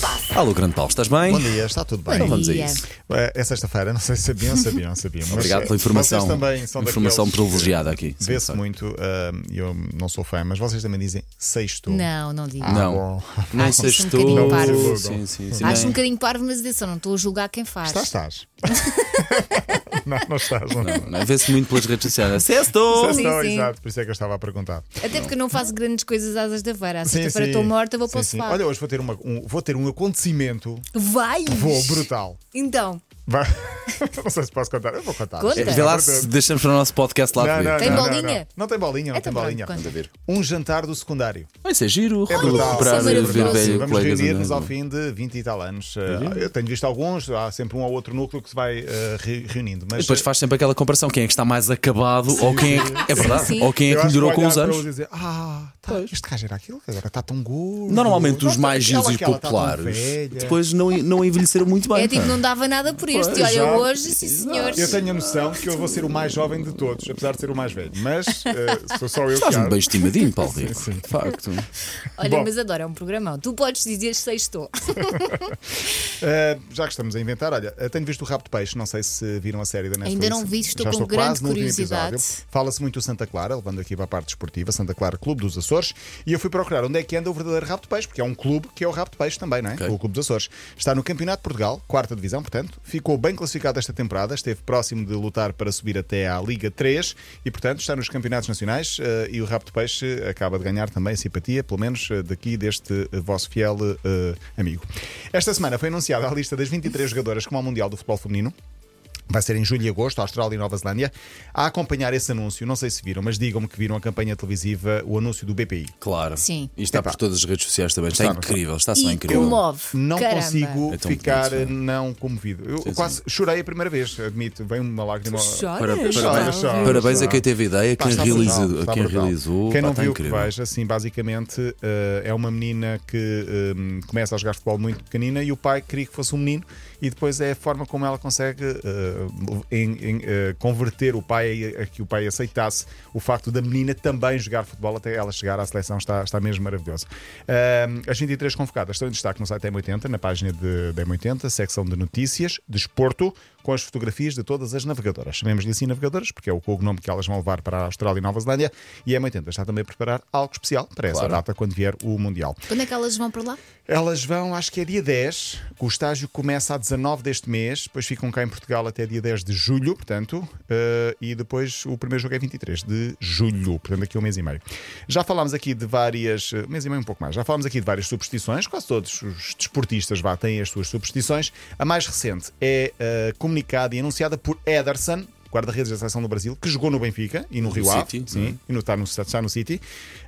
passa? Alô, grande Paulo, estás bem? Bom dia, está tudo bem? Então vamos a dia. isso. É sexta-feira, não sei se sabiam. Mas, Obrigado pela informação. Vocês também são Informação daqueles privilegiada aqui. que vê-se muito, eu não sou fã, mas vocês também dizem sextou. Não digo. Não. Bom. Nem Acho-se um sextou. bocadinho parvo. Sim. Acho um nem- bocadinho parvo, mas atenção, não estou a julgar quem faz. Estás. não estás. Não, vê-se muito pelas redes sociais. Sextou! Sim, sim. Exato, por isso é que eu estava a perguntar. Até porque eu não faço grandes coisas à sexta-feira. À Sim, sexta-feira estou morta, vou para o sim. sofá. Olha, hoje vou ter um acontecimento. Vai! Vou brutal. Então, Não sei se posso contar. Eu vou contar. Conta. Vê lá se deixamos para o nosso podcast lá de ver. Tem bolinha? Não tem bolinha, não Então tem pronto, bolinha. conta. Um jantar do secundário. Vai ser giro. É brutal. Recuperar, Isso é ver maravilhoso. velho Vamos colegas. reunir-nos ao andando. fim de 20 e tal anos. Eu tenho visto alguns, há sempre um ou outro núcleo que se vai reunindo. Mas E depois faz sempre aquela comparação: quem é que está mais acabado ou quem é que. É verdade. Sim. Ou quem é eu que acho melhorou que com olhar os para anos. eles e dizer, este gajo era aquilo, agora está tão gordo. Normalmente os Nossa, mais giros e aquela está tão populares velha. depois não envelheceram muito bem. é tipo, pá. não dava nada por este. E olha, Exato. hoje, sim senhores. Eu tenho a noção que eu vou ser o mais jovem de todos, apesar de ser o mais velho. Mas sou só eu Estás que muito bem acho. estimadinho, Paulo Rico. sim. De facto. Olha, Bom. mas adoro, é um programão. Tu podes dizer sextou. Já que estamos a inventar, olha, tenho visto o Rabo de Peixe, não sei se viram a série da Netflix. Ainda não vi, estou Já com grande quase no último curiosidade. episódio. Fala-se muito do Santa Clara, levando aqui para a parte desportiva, Santa Clara Clube dos Açores, e eu fui procurar onde é que anda o verdadeiro Rabo de Peixe, porque é um clube que é o Rabo de Peixe também, não é? Ok. O Clube dos Açores. Está no Campeonato de Portugal, 4ª divisão, portanto, ficou bem classificado esta temporada, esteve próximo de lutar para subir até à Liga 3 e, portanto, está nos campeonatos nacionais e o Rabo de Peixe acaba de ganhar também simpatia, pelo menos daqui deste vosso fiel amigo. Esta semana foi anunciada a lista das 23 jogadoras como ao Mundial do Futebol Feminino. Vai ser em julho e agosto, Austrália e Nova Zelândia. A acompanhar esse anúncio, não sei se viram, mas digam-me que viram a campanha televisiva, o anúncio do BPI. Claro. Sim. E está por todas as redes sociais também. Está Está, incrível. Está só E incrível. comove. Não Caramba. consigo É tão ficar bonito, não comovido. Eu Sim, quase chorei a primeira vez, admito. Veio uma lágrima. Choras? Chora. Parabéns a quem teve a ideia, Pá, quem está realizou. brutal, está Quem brutal. realizou. Quem pá, não está viu que incrível. veja, assim, basicamente é uma menina que começa a jogar futebol muito pequenina e o pai queria que fosse um menino e depois é a forma como ela consegue converter o pai a que o pai aceitasse o facto da menina também jogar futebol até ela chegar à seleção. Está mesmo maravilhoso. As 23 convocadas estão em destaque no site M80, na página da M80, secção de notícias, desporto, com as fotografias de todas as navegadoras. Chamemos-lhe assim navegadoras, porque é o cognome que elas vão levar para a Austrália e Nova Zelândia. E a M80 está também a preparar algo especial para essa Claro. data, quando vier o Mundial. Quando é que elas vão para lá? Elas vão, acho que é dia 10. O estágio começa a 19 deste mês, depois ficam cá em Portugal até dia 10 de julho, portanto, e depois o primeiro jogo é 23 de julho, portanto, daqui a um mês e meio. Já falámos aqui de várias, mês e meio, um pouco mais, já falámos aqui de várias superstições, quase todos os desportistas têm as suas superstições. A mais recente é comunicada e anunciada por Ederson, guarda-redes da seleção do Brasil, que jogou no Benfica e no Rio Ave, City, sim, e está no City.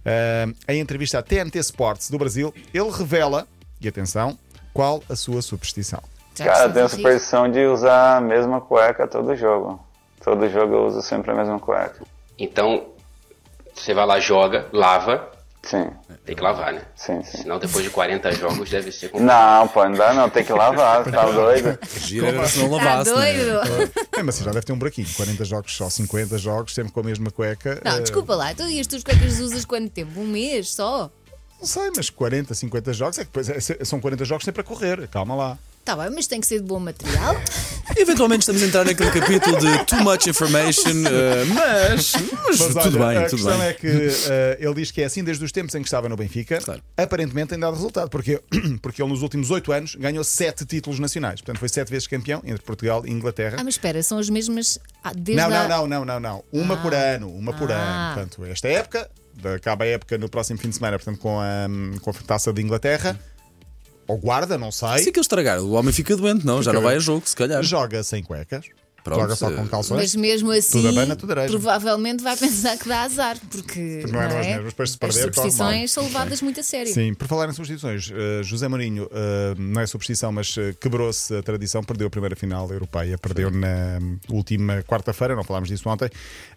Em entrevista à TNT Sports do Brasil, ele revela, e atenção, qual a sua superstição. Já Cara, estás tenho a a rir? superstição de usar a mesma cueca todo jogo. Todo jogo eu uso sempre a mesma cueca. Então, você vai lá, joga, lava. Sim, Tem que lavar, né? sim. Senão depois de 40 jogos deve ser complicado. Não, pô, não dá não, tem que lavar, tá doido? Gira era se não Está lavasse. né? doido? Mas assim, já deve ter um buraquinho, 40 jogos só, 50 jogos, sempre com a mesma cueca. Não, desculpa lá. Então, e as tuas cuecas usas quanto tempo? Um mês só? Não sei, mas 40, 50 jogos, é que depois são 40 jogos sempre a correr, calma lá. Está bem, mas tem que ser de bom material. Eventualmente estamos a entrar naquele capítulo de too much information, mas Mas tudo olha, bem, a tudo questão bem. é que ele diz que é assim desde os tempos em que estava no Benfica. Claro. Aparentemente tem dado resultado, porque ele nos últimos 8 anos ganhou 7 títulos nacionais. Portanto, foi 7 vezes campeão entre Portugal e Inglaterra. Ah, mas espera, são as mesmas desde Não. Uma por ano. Ah. Portanto, esta época, acaba a época no próximo fim de semana, portanto, com a taça de Inglaterra. Ou guarda, não sei. Se aquilo estragar, o homem fica doente, não? Já não vai a jogo, se calhar. Joga sem cuecas. Pronto, Joga só com calções. Mas mesmo assim, Tudo abana, tudo areja. provavelmente vai pensar que dá azar, porque Não é nós mesmos, depois de se perder, as corre mal. superstições são levadas muito a sério. Sim, por falar em substituições, José Mourinho, não é superstição, mas quebrou-se a tradição, perdeu a primeira final europeia, perdeu na última quarta-feira, não falámos disso ontem.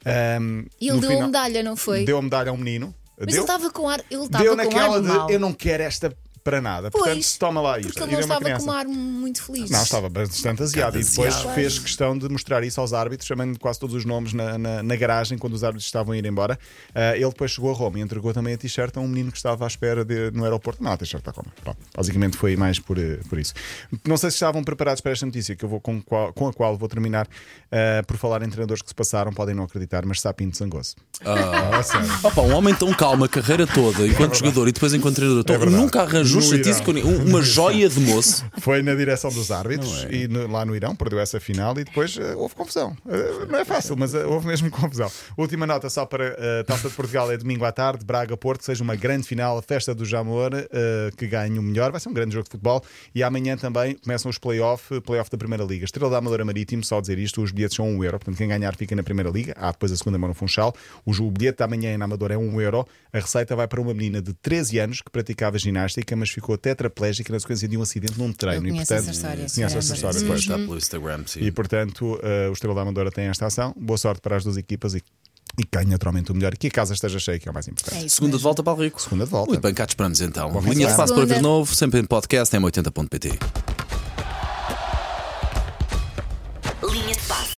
E ele deu a medalha, não foi? Deu a medalha a um menino. Mas deu, ele estava com ar, ele estava deu com ar naquela de mau. eu não quero esta para nada. Pois, Portanto, toma lá isto. Porque ele E não deu uma estava com criança. um ar muito feliz. Não, estava bastante aziado. E depois aziado. fez questão de mostrar isso aos árbitros, chamando quase todos os nomes na garagem quando os árbitros estavam a ir embora. Ele depois chegou a Roma e entregou também a t-shirt a um menino que estava à espera no aeroporto. Não, a t-shirt está Roma. Pronto. Basicamente foi mais por isso. Não sei se estavam preparados para esta notícia que eu vou, com a qual vou terminar. Por falar em treinadores que se passaram, podem não acreditar, mas Sapinto Zangoso. Opa, um homem tão calmo a carreira toda enquanto jogador e depois enquanto treinador, verdade. nunca arranjou No chatice Irão. com ninguém. Uma joia de moço. Foi na direção dos árbitros Não é? e lá no Irão perdeu essa final e depois houve confusão. Não é fácil, mas houve mesmo confusão. Última nota só para a Taça de Portugal é domingo à tarde, Braga-Porto, que seja uma grande final, a festa do Jamor, que ganhe o melhor. Vai ser um grande jogo de futebol e amanhã também começam os playoff da Primeira Liga. Estrela da Amadora Marítimo, só dizer isto, os bilhetes são €1, portanto quem ganhar fica na Primeira Liga. Há depois a segunda mão no Funchal. O bilhete da amanhã na Amadora é €1. A receita vai para uma menina de 13 anos que praticava ginástica, mas ficou tetraplégica na sequência de um acidente num treino. Eu E conheço portanto, essa história, conhece essa caramba. história, pois. Está pelo Instagram, sim. E portanto, o Estrela da Amadora tem esta ação. Boa sorte para as duas equipas e ganhe naturalmente o melhor. E que a casa esteja cheia, que é o mais importante. É isso Segunda de mesmo. volta, Paulo Rico. Segunda de volta. Muito bem, cá te esperamos então. Bom Linha de fim passo para segunda. ver novo, sempre em podcast, em 80.pt.